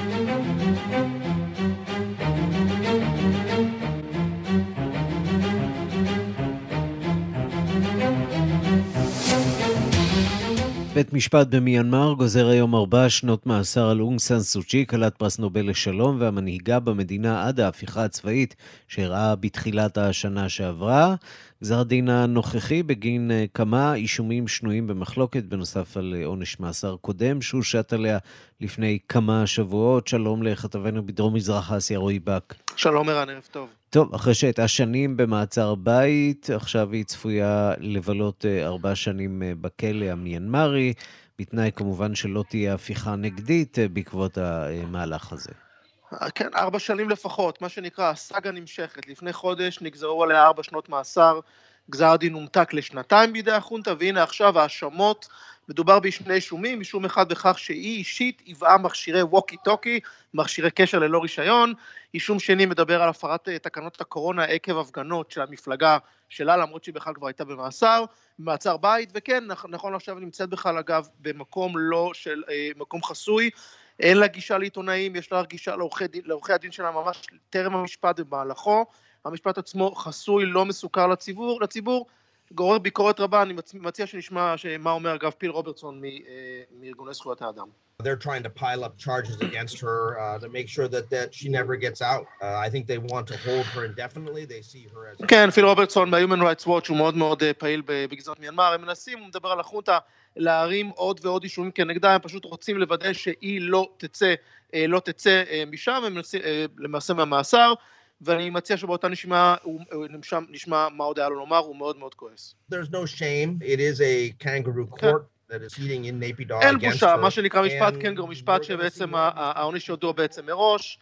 בית משפט במיינמר גוזר היום ארבע שנות מאסר על אונג סן סו צ'י, כלת פרס נובל לשלום והמנהיגה במדינה עד ההפיכה הצבאית שהראה בתחילת השנה שעברה. גזר הדין הנוכחי בגין כמה אישומים שנויים במחלוקת בנוסף על עונש מאסר קודם שהושת עליה לפני כמה שבועות. שלום לכתבנו בדרום מזרח אסיה רועי בק. שלום ערן, ערב טוב. טוב, אחרי שהייתה שנים במעצר בית, עכשיו היא צפויה לבלות ארבע שנים בכלא המיינמרי, בתנאי כמובן שלא תהיה הפיכה נגדית בעקבות המהלך הזה. כן, ארבע שנים לפחות, מה שנקרא, הסאגה נמשכת. לפני חודש נגזרו עליה ארבע שנות מאסר, גזר הדין הומתק לשנתיים בידי החונטה, והנה עכשיו האשמות. מדובר בשני אישומים, אישום אחד בכך שהיא אישית היווה מכשירי ווקי טוקי, מכשירי קשר ללא רישיון. אישום שני מדבר על הפרת תקנות הקורונה עקב הפגנות של המפלגה שלה, למרות שהיא בכלל כבר הייתה במאסר, במעצר בית, וכן, נכון עכשיו נמצאת בכלל אגב במקום לא של מקום חסוי, אין לה גישה לעיתונאים, יש לה גישה לעורכי דין, לעורכי הדין שלה ממש טרם המשפט ובמהלכו. המשפט עצמו חסוי, לא מסוכר לציבור, לציבור. גורר ביקורת רבה. אני מציע שנשמע מה אומר אגב פיל רוברטסון מארגוני זכויות האדם. They're trying to pile up charges against her uh, to make sure that, that she never gets out. Uh, I think they want to hold her indefinitely. They see her as... כן, פיל רוברטסון מה-Human Rights Watch הוא מאוד מאוד פעיל בגזרת מיינמר. הם מנסים, הוא מדבר על החונטה, להרים עוד ועוד אישומים כנגדה. הם פשוט רוצים לוודא שהיא לא תצא, לא תצא משם, הם מנסים, למעשה מהמאסר. ואני מציע שבאותה נשמע, נשמע, נשמע מה עוד היה לו לומר, הוא מאוד מאוד כועס. There's no shame. It is a kangaroo court that is sitting in Naypyidaw against her. אין בושה, מה שנקרא משפט קנגרו, משפט שבעצם העונש ידוע בעצם מראש.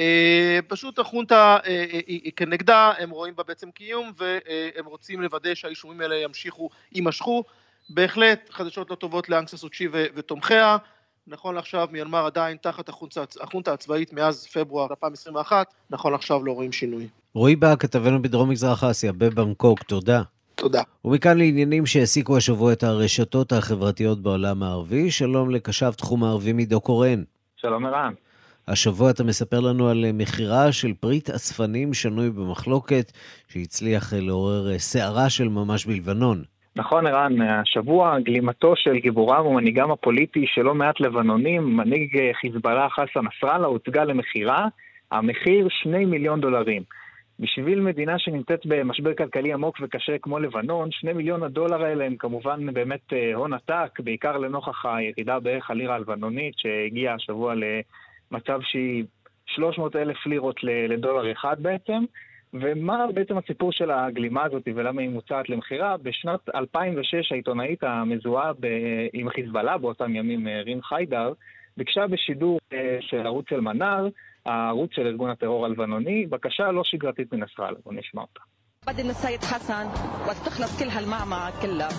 פשוט החונטה היא כנגדה, הם רואים בה בעצם קיום, והם רוצים לוודא שהאישומים האלה ימשיכו, יימשכו. בהחלט חדשות לא טובות לאונג סן סו צ'י ותומכיה. נכון לעכשיו מיינמר עדיין תחת החונטה הצבאית מאז פברואר אלפיים עשרים ואחת, נכון עכשיו לא רואים שינוי. רועי בא, כתבנו בדרום מזרח אסיה, בבנקוק, תודה. תודה. ומכאן לעניינים שהעסיקו השבוע את הרשתות החברתיות בעולם הערבי, שלום לקשב תחום הערבי מידו קורן. שלום ערן. השבוע אתה מספר לנו על מחירה של פריט אספנים שנוי במחלוקת, שהצליח לעורר סערה של ממש בלבנון. נכון ערן, השבוע גלימתו של גיבורם ומנהיגם הפוליטי שלא מעט לבנונים, מנהיג חיזבאללה חסן נסראללה, הוצגה למחירה, המחיר שני מיליון דולרים. בשביל מדינה שנמצאת במשבר כלכלי עמוק וקשה כמו לבנון, שני מיליון הדולר האלה הם כמובן באמת הון עתק, בעיקר לנוכח הירידה בערך הלירה הלבנונית שהגיעה השבוע למצב שהיא שלוש מאות אלף לירות לדולר אחד בעצם. ומה בעצם הסיפור של הגלימה הזאת ולמה היא מוצעת למחירה? בשנת אלפיים ושש העיתונאית המזוהה עם חיזבאללה באותם ימים רין חיידר ביקשה בשידור של ערוץ אל-מנאר הערוץ של ארגון הטרור הלבנוני, בקשה לא שגרתית מנסראללה. בוא נשמע אותה. بدي من السيد حسن وتخلص كل هالمعمعة كلها.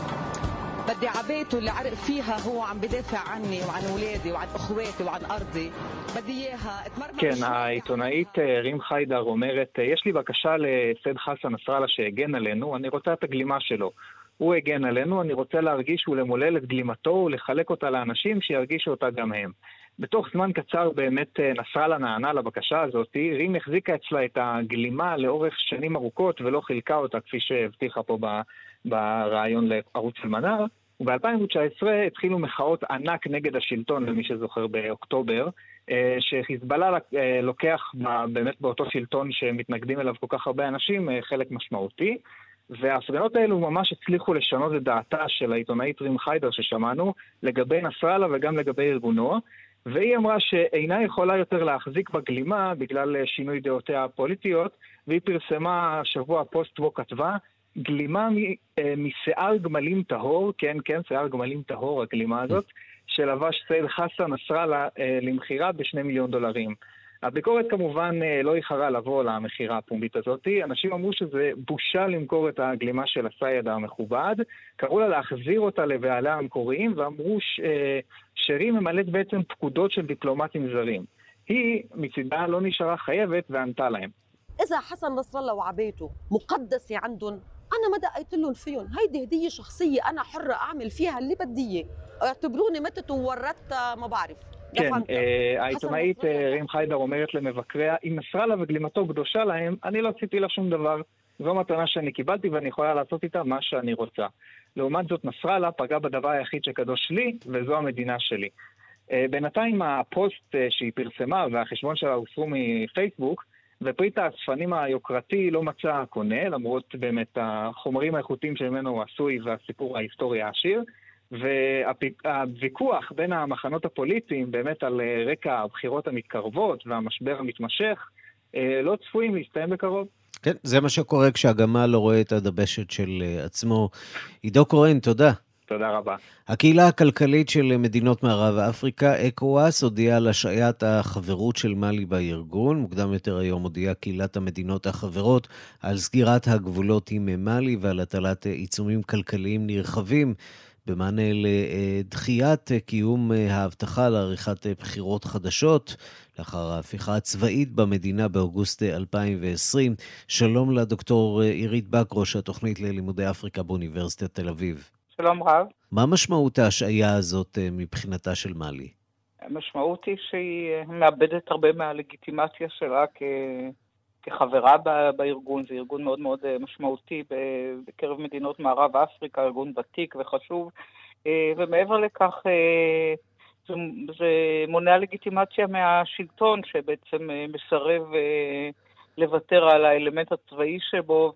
بدي عبيته اللي عرق فيها هو عم بدافع عني وعن اولادي وعن اخواتي وعن ارضي. بدي اياها اتمرمر. כן, העיתונאית רים חיידר אומרת, יש לי בקשה לסייד חסן נסראללה שהגן עלינו, אני רוצה את הגלימה שלו. הוא הגן עלינו, אני רוצה להרגיש ולמולל את גלימתו ולחלק אותה לאנשים שירגישו אותה גם הם. בתוך זמן קצר באמת נסראללה נענה לבקשה הזאת, רים החזיקה אצלה את הגלימה לאורך שנים ארוכות ולא חילקה אותה כפי שהבטיחה פה ברעיון לערוץ אלמנאר, וב-אלפיים תשע עשרה התחילו מחאות ענק נגד השלטון, למי שזוכר באוקטובר, שחיזבאללה לוקח באמת באותו שלטון שמתנגדים אליו כל כך הרבה אנשים חלק משמעותי, וההפגנות האלו ממש הצליחו לשנות את דעתה של העיתונאית רים חיידר ששמענו לגבי נסראללה וגם לגבי ארגונו, והיא אמרה שאינה יכולה יותר להחזיק בגלימה בגלל שינוי דעותיה הפוליטיות, והיא פרסמה השבוע פוסט בו כתבה, גלימה משיער גמלים טהור, כן, כן, שיער גמלים טהור, הגלימה הזאת, שלבש סייד חסן נסראללה למחירה בשני מיליון דולרים. הביקורת כמובן לא איחרה לבוא למחירה הפומבית הזאת, אנשים אמרו שזה בושה למכור את הגלימה של הסייד המכובד, קראו לה להחזיר אותה לבעליה המקוריים, ואמרו ש... שרים ממלאת בעצם פקודות של דיפלומטים זרים. היא מצידה לא נשארה חייבת וענתה להם. إذا حسن نصر الله وعبيته مقدسة عندهم أنا ما دقيت لهم فيهم، هيدي هدية شخصية أنا حرة أعمل فيها اللي بدي، اعتبروني متت وورثت ما بعرف. כן, העיתונאית רים חיידר אומרת למבקריה, אם נסראללה וגלימתו קדושה להם, אני לא עשיתי לה שום דבר. זו מתנה שאני קיבלתי ואני יכולה לעשות איתה מה שאני רוצה. לעומת זאת, נסראללה פגע בדבר היחיד שקדוש לי, וזו המדינה שלי. בינתיים הפוסט שהיא פרסמה והחשבון שלה הוסרו מפייסבוק, ופריט האספנים היוקרתי לא מצא קונה, למרות באמת החומרים האיכותיים שממנו הוא עשוי והסיפור ההיסטורי העשיר, והוויכוח בין המחנות הפוליטיים באמת על רקע הבחירות המתקרבות והמשבר המתמשך לא צפויים להסתיים בקרוב. כן, זה מה שקורה כשהגמל לא רואה את הדבשת של עצמו. עידו קורן, תודה. תודה רבה. הקהילה הכלכלית של מדינות מערב אפריקה, אקוואס, הודיעה על השעיית החברות של מאלי בארגון. מוקדם יותר היום הודיעה קהילת המדינות החברות על סגירת הגבולות עם מאלי ועל הטלת עיצומים כלכליים נרחבים במענה לדחיית קיום ההבטחה לעריכת בחירות חדשות לאחר ההפיכה הצבאית במדינה באוגוסט אלפיים ועשרים. שלום לדוקטור עירית בק, ראש התוכנית ללימודי אפריקה באוניברסיטת תל אביב. שלום רב. מה משמעות ההשעיה הזאת מבחינתה של מאלי? המשמעות היא שהיא מאבדת הרבה מהלגיטימציה שלה כ... כחברה בארגון. זה ארגון מאוד מאוד משמעותי בקרב מדינות מערב אפריקה, ארגון ותיק וחשוב, ומעבר לכך זה, זה מונע לגיטימציה מהשלטון שבעצם מסרב לוותר על האלמנט הצבאי שבו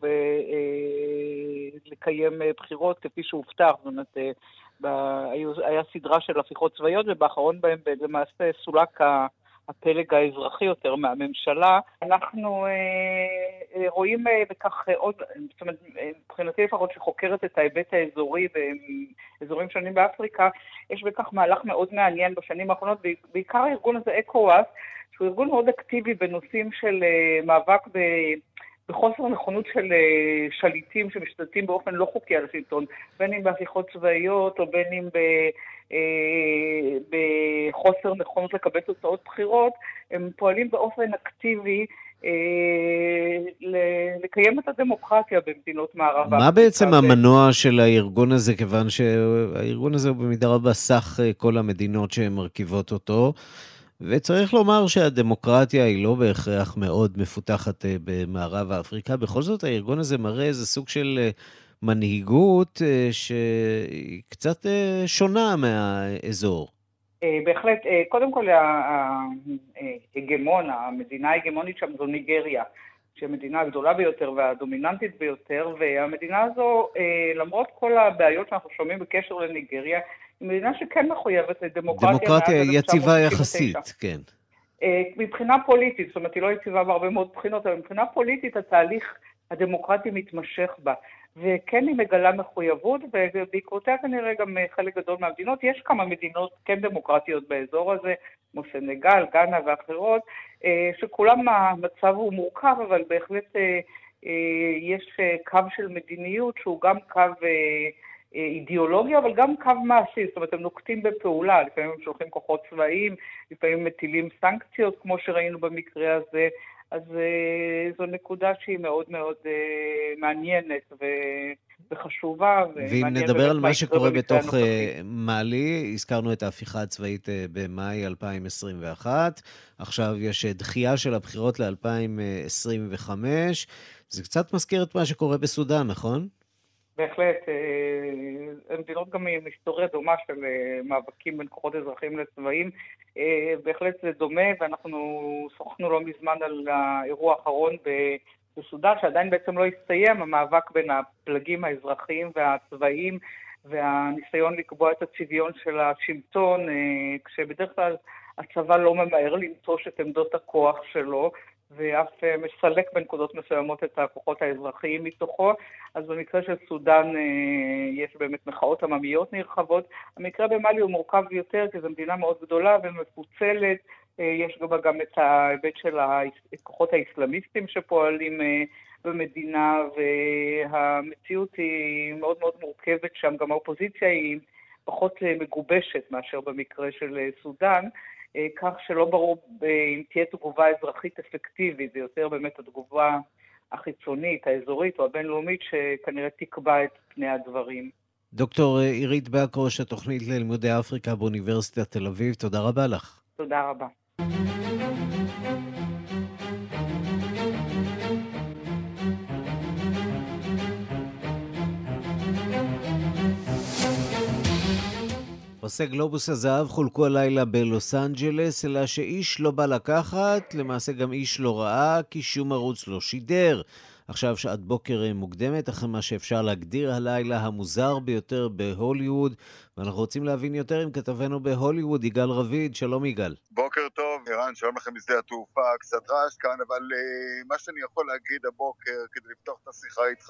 ולקיים בחירות כפי שהובטח. זאת אומרת, היה סדרה של הפיכות צבאיות ובאחרון בהם למעשה סולק הפלג האזרחי יותר מהממשלה. אנחנו אה, רואים אה, בכך אה, עוד, זאת אומרת, מבחינתי לפחות שחוקרת את ההיבט האזורי באזורים שונים באפריקה, יש בכך מהלך מאוד מעניין בשנים האחרונות, בעיקר הארגון הזה אקוואס, שהוא ארגון מאוד אקטיבי בנושאים של אה, מאבק ב... בחוסר נכונות של שליטים שמשתלטים באופן לא חוקי על השלטון, בין אם בהפיכות צבאיות או בין אם בחוסר נכונות לקבל תוצאות בחירות, הם פועלים באופן אקטיבי לקיים את הדמוקרטיה במדינות מערב. מה בעצם המנוע של הארגון הזה, כיוון שהארגון הזה הוא במידה רבה סך כל המדינות שהן מרכיבות אותו, וצריך לומר שהדמוקרטיה היא לא בהכרח מאוד מפותחת במערב אפריקה. בכל זאת הארגון הזה מראה איזה סוג של מנהיגות שהיא קצת שונה מהאזור. בהחלט, קודם כל ההגמון, המדינה ההגמונית שם זו ניגריה, שהיא המדינה הגדולה ביותר והדומיננטית ביותר, והמדינה הזו, למרות כל הבעיות שאנחנו שומעים בקשר לניגריה, היא מדינה שכן מחויבת לדמוקרטיה. דמוקרטיה יציבה יחסית, כן. מבחינה פוליטית, זאת אומרת, היא לא יציבה בהרבה מאוד בחינות, אבל מבחינה פוליטית התהליך הדמוקרטי מתמשך בה. וכן היא מגלה מחויבות, ובעקבותיה כנראה גם חלק גדול מהמדינות. יש כמה מדינות כן דמוקרטיות באזור הזה, כמו סנגל, גאנה ואחרות, שכולם המצב הוא מורכב, אבל בהחלט יש קו של מדיניות שהוא גם קו אידיאולוגיה, אבל גם קו מעשי, זאת אומרת, הם נוקטים בפעולה, לפעמים הם שולחים כוחות צבאיים, לפעמים מטילים סנקציות, כמו שראינו במקרה הזה, אז זו נקודה שהיא מאוד מאוד מעניינת וחשובה. ואם נדבר על מה שקורה בתוך מאלי, הזכרנו את ההפיכה הצבאית במאי אלפיים עשרים ואחת, עכשיו יש דחייה של הבחירות ל-אלפיים עשרים וחמש, זה קצת מזכיר את מה שקורה בסודן, נכון? בהחלט, המדינות גם עם היסטוריה דומה של מאבקים בין כוחות אזרחים לצבאים, בהחלט זה דומה, ואנחנו שוחחנו לא מזמן על האירוע האחרון בסודן, שעדיין בעצם לא הסתיים, המאבק בין הפלגים האזרחיים והצבאיים, והניסיון לקבוע את הצביון של השלטון, כשבדרך כלל הצבא לא ממהר לנטוש את עמדות הכוח שלו, ואף מסלק בנקודות מסוימות את הכוחות האזרחיים מתוכו. אז במקרה של סודן יש באמת מחאות עממיות נרחבות. המקרה במאלי הוא מורכב יותר, כי זו מדינה מאוד גדולה ומפוצלת. יש גם את ההיבט של הכוחות האסלאמיסטים שפועלים במדינה, והמציאות היא מאוד מאוד מורכבת שם. גם האופוזיציה היא פחות מגובשת מאשר במקרה של סודן, כך שלא ברור אם תהיה תגובה אזרחית אפקטיבית, זה יותר באמת התגובה החיצונית, האזורית או הבינלאומית, שכנראה תקבע את פני הדברים. דוקטור עירית באק, ראש התוכנית ללימודי אפריקה באוניברסיטת תל אביב, תודה רבה לך. תודה רבה. פרסי גלובוס הזהב חולקו הלילה בלוס אנג'לס, אלא שאיש לא בא לקחת, למעשה גם איש לא ראה, כי שום ערוץ לא שידר. עכשיו שעת בוקר מוקדמת, אחרי מה שאפשר להגדיר הלילה המוזר ביותר בהוליווד, ואנחנו רוצים להבין יותר עם כתבנו בהוליווד, יגאל רביד. שלום יגאל. בוקר טוב, ערן, שלום לכם משדה התעופה, קצת רעש כאן, אבל uh, מה שאני יכול להגיד הבוקר, כדי לפתוח את השיחה איתך,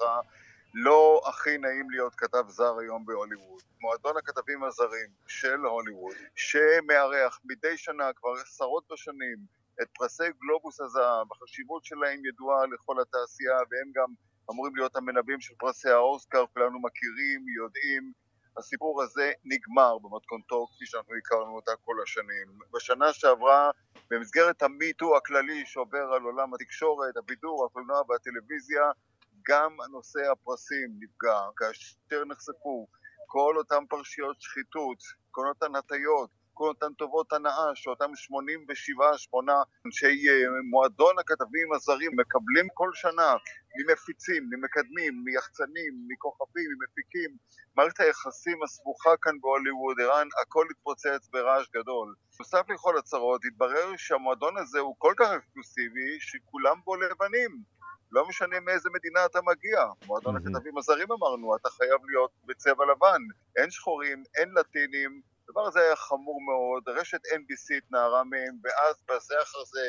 לא הכי נעים להיות כתב זר היום בהוליווד. מועדון הכתבים הזרים של הוליווד, שמארח מדי שנה כבר עשרות בשנים את פרסי גלובוס הזהב, החשיבות שלהם ידועה לכל התעשייה, והם גם אמורים להיות המנבאים של פרסי האוסקר, כולנו מכירים, יודעים. הסיפור הזה נגמר במתכונתו כפי שאנחנו הכרנו אותה כל השנים. בשנה שעברה, במסגרת המיטו הכללי שעובר על עולם התקשורת, הבידור, הקולנוע והטלוויזיה, גם הנושא הפרסים נפגע, כאשר נחשפו כל אותם פרשיות שחיתות, כל אותן הטיות, כל אותן טובות הנאה, שאותם שמונים ושבע שמונה אנשי מועדון הכתבים הזרים מקבלים כל שנה ממפיצים, ממקדמים, מיחצנים, מכוכבים, ממפיקים. מערכת היחסים הסבוכה כאן בהוליווד, ערן, הכל התפוצץ ברעש גדול. נוסף לכל הצרות, התברר שהמועדון הזה הוא כל כך אקסקלוסיבי שכולם בו לבנים. לא משנה מאיזה מדינה אתה מגיע. מועדון הכתבים הזרים אמרנו, אתה חייב להיות בצבע לבן. אין שחורים, אין לטינים. הדבר הזה היה חמור מאוד. רשת אן בי סי התנערה מהם, ואז בזה אחר זה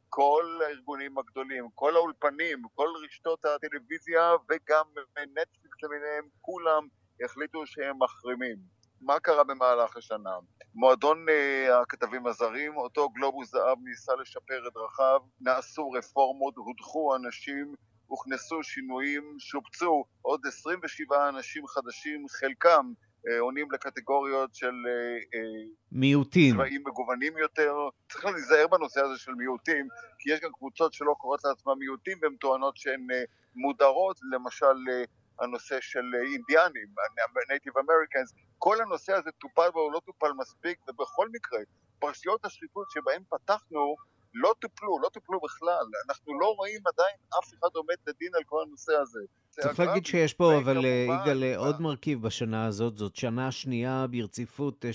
כל הארגונים הגדולים, כל האולפנים, כל רשתות הטלוויזיה וגם נטפליקס למיניהם, כולם החליטו שהם מחרימים. מה קרה במהלך השנה? מועדון uh, הכתבים הזרים, אותו גלובוס זהב ניסה לשפר את דרכיו, נעשו רפורמות, הודחו אנשים, הוכנסו שינויים, שופצו עוד עשרים ושבעה אנשים חדשים, חלקם uh, עונים לקטגוריות של uh, מיעוטים. צבעים מגוונים יותר. צריך להיזהר בנושא הזה של מיעוטים, כי יש גם קבוצות שלא קוראות לעצמם מיעוטים, והן טוענות שהן uh, מודרות, למשל uh, הנושא של אינדיאנים, נייטיב אמריקנס, כל הנושא הזה טופל בו, לא טופל מספיק, ובכל מקרה, פרשיות השחיתות שבהן פתחנו, לא טופלו, לא טופלו בכלל. אנחנו לא רואים עדיין אף אחד עומד לדין על כל הנושא הזה. צריך להגיד שיש פה, אבל יגאל, עוד מרכיב בשנה הזאת, זאת שנה שנייה ברציפות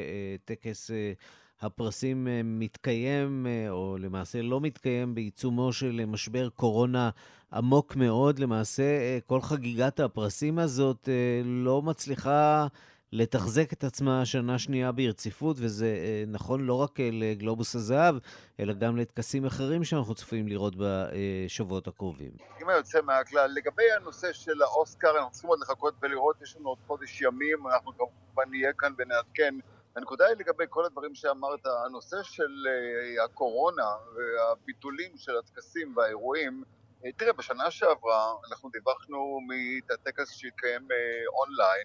שטקס הפרסים מתקיים, או למעשה לא מתקיים, בעיצומו של משבר קורונה עמוק מאוד. למעשה כל חגיגת הפרסים הזאת לא מצליחה לתחזק את עצמה שנה שנייה ברציפות, וזה נכון לא רק לגלובוס הזהב, אלא גם לטקסים אחרים שאנחנו צופים לראות בשבועות הקרובים. אם היוצא מהכלל, לגבי הנושא של האוסקר, אנחנו צריכים עוד לחכות ולראות, יש לנו עוד חודש ימים, אנחנו כמובן נהיה כאן ונעדכן. הנקודה היא לגבי כל הדברים שאמרת, הנושא של הקורונה והביטולים של הטקסים והאירועים, תראה, בשנה שעברה אנחנו דיווחנו מהטקס שהתקיים אונליין,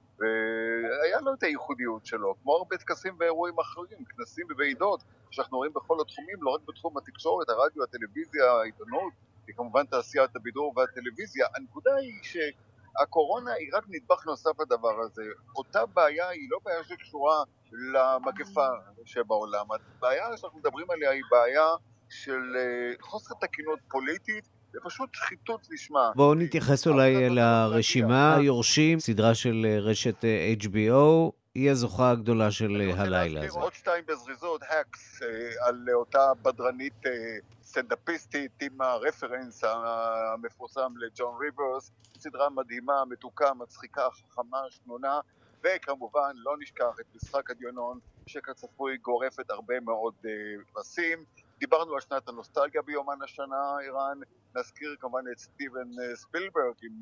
והיה לו את הייחודיות שלו, כמו הרבה טקסים ואירועים אחרים, כנסים וועידות, שאנחנו רואים בכל התחומים, לא רק בתחום התקשורת, הרדיו, הטלוויזיה, העיתונות, וכמובן תעשיית הבידור והטלוויזיה. הנקודה היא שהקורונה היא רק נדבך נוסף לדבר הזה. אותה בעיה היא לא בעיה שקשורה למגפה שבעולם. הבעיה שאנחנו מדברים עליה היא בעיה של חוסר תקינות פוליטית, זה פשוט שחיתות לשמה. בואו נתייחס אולי לרשימה. היורשים, סדרה של רשת אייץ' בי או, היא הזוכה הגדולה של הלילה הזה. עוד שתיים בזריזות, הקס, על אותה בדרנית סטנדאפיסטית עם הרפרנס המפורסם לג'ון ריברס, סדרה מדהימה, מתוקה, מצחיקה, חכמה, שנונה, וכמובן לא נשכח את משחק הדיונון, שכצפוי גורפת הרבה מאוד פרסים. דיברנו על שנת הנוסטלגיה ביומן השנה, איראן, נזכיר כמובן את סטיבן ספילברג עם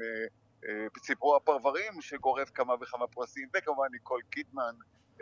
סיפור הפרברים שגורף כמה וכמה פרסים, וכמובן ניקול קידמן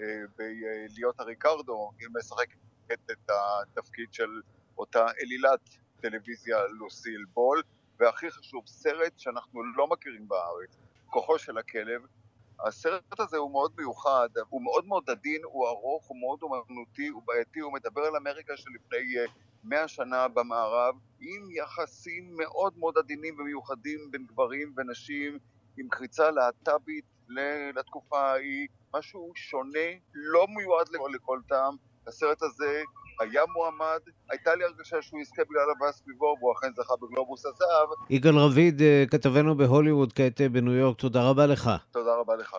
בלהיות הריקרדו, היא משחקת את התפקיד של אותה אלילת טלוויזיה לוסיל בול, והכי חשוב, סרט שאנחנו לא מכירים בארץ, כוחו של הכלב. הסרט הזה הוא מאוד מיוחד, הוא מאוד מאוד עדין, הוא ארוך, הוא מאוד אומנותי, הוא בעייתי, הוא מדבר על אמריקה שלפני מאה שנה במערב, עם יחסים מאוד מאוד עדינים ומיוחדים בין גברים ונשים, עם קריצה להט"בית לתקופה ההיא, משהו שונה, לא מיועד לכל טעם. הסרט הזה היה מועמד, הייתה לי הרגשה שהוא יזכה בגלל הבא סביבו, והוא אכן זכה בגלובוס הזהב. יגאל רביד, כתבנו בהוליווד, כעת בניו יורק, תודה רבה לך. תודה רבה לך.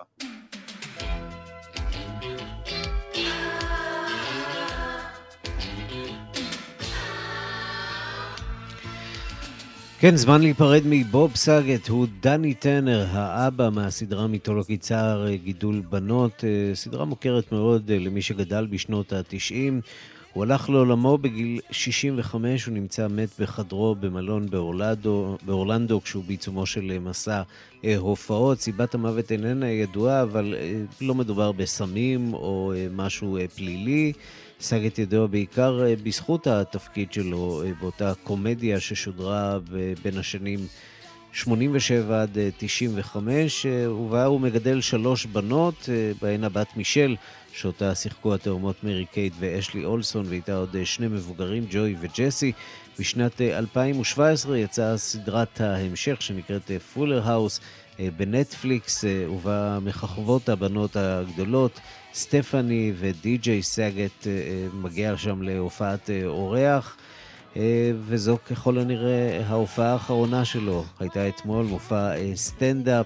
כן, זמן להיפרד מבוב סאגט, הוא דני טרנר, האבא מהסדרה המיתולוגית צער גידול בנות, סדרה מוכרת מאוד למי שגדל בשנות ה-תשעים. הוא הלך לעולמו בגיל שישים וחמש, הוא נמצא מת בחדרו במלון באורלנדו, באורלנדו כשהוא בעיצומו של מסע הופעות. סיבת המוות איננה ידועה, אבל לא מדובר בסמים או משהו פלילי. סאגט ידוע בעיקר בזכות התפקיד שלו באותה קומדיה ששודרה בין השנים שמונים ושבע עד תשעים וחמש, ובה הוא מגדל שלוש בנות, בהן הבת מישל, שאותה שיחקו התאומות מרי קייט ואשלי אולסון, ואיתה עוד שני מבוגרים, ג'וי וג'סי. בשנת אלפיים ושבע עשרה יצאה סדרת ההמשך שנקראת פולר האוס בנטפליקס, ובה מככבות הבנות הגדולות, סטפני ודי-ג'יי סאגט מגיע שם להופעת אורח, וזו ככל הנראה ההופעה האחרונה שלו. הייתה אתמול מופע סטנדאפ.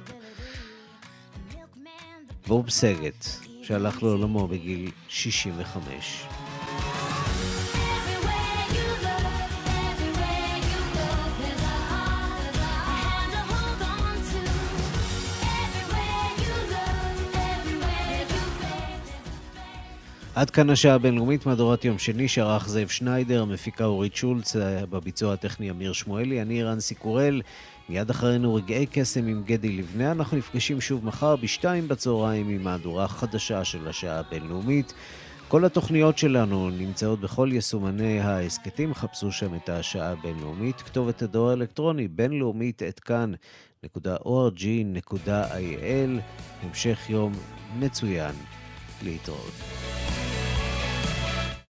בוב סאגט, שהלך לעולמו בגיל שישים וחמש. עד כאן השעה הבינלאומית, מהדורת יום שני, שערך זאב שניידר, המפיקה אורית שולץ, בביצוע הטכני אמיר שמואלי, אני רנסי קורל. מיד אחרינו רגעי קסם עם גדי לבנה. אנחנו נפגשים שוב מחר בשתיים בצהריים עם מהדורה חדשה של השעה הבינלאומית. כל התוכניות שלנו נמצאות בכל יישומני העסקטים, חפשו שם את השעה הבינלאומית. כתובת הדואר האלקטרוני בינלאומית את כאן נקודה או אר ג'י נקודה איי אל. המשך יום מצוין. להתראות.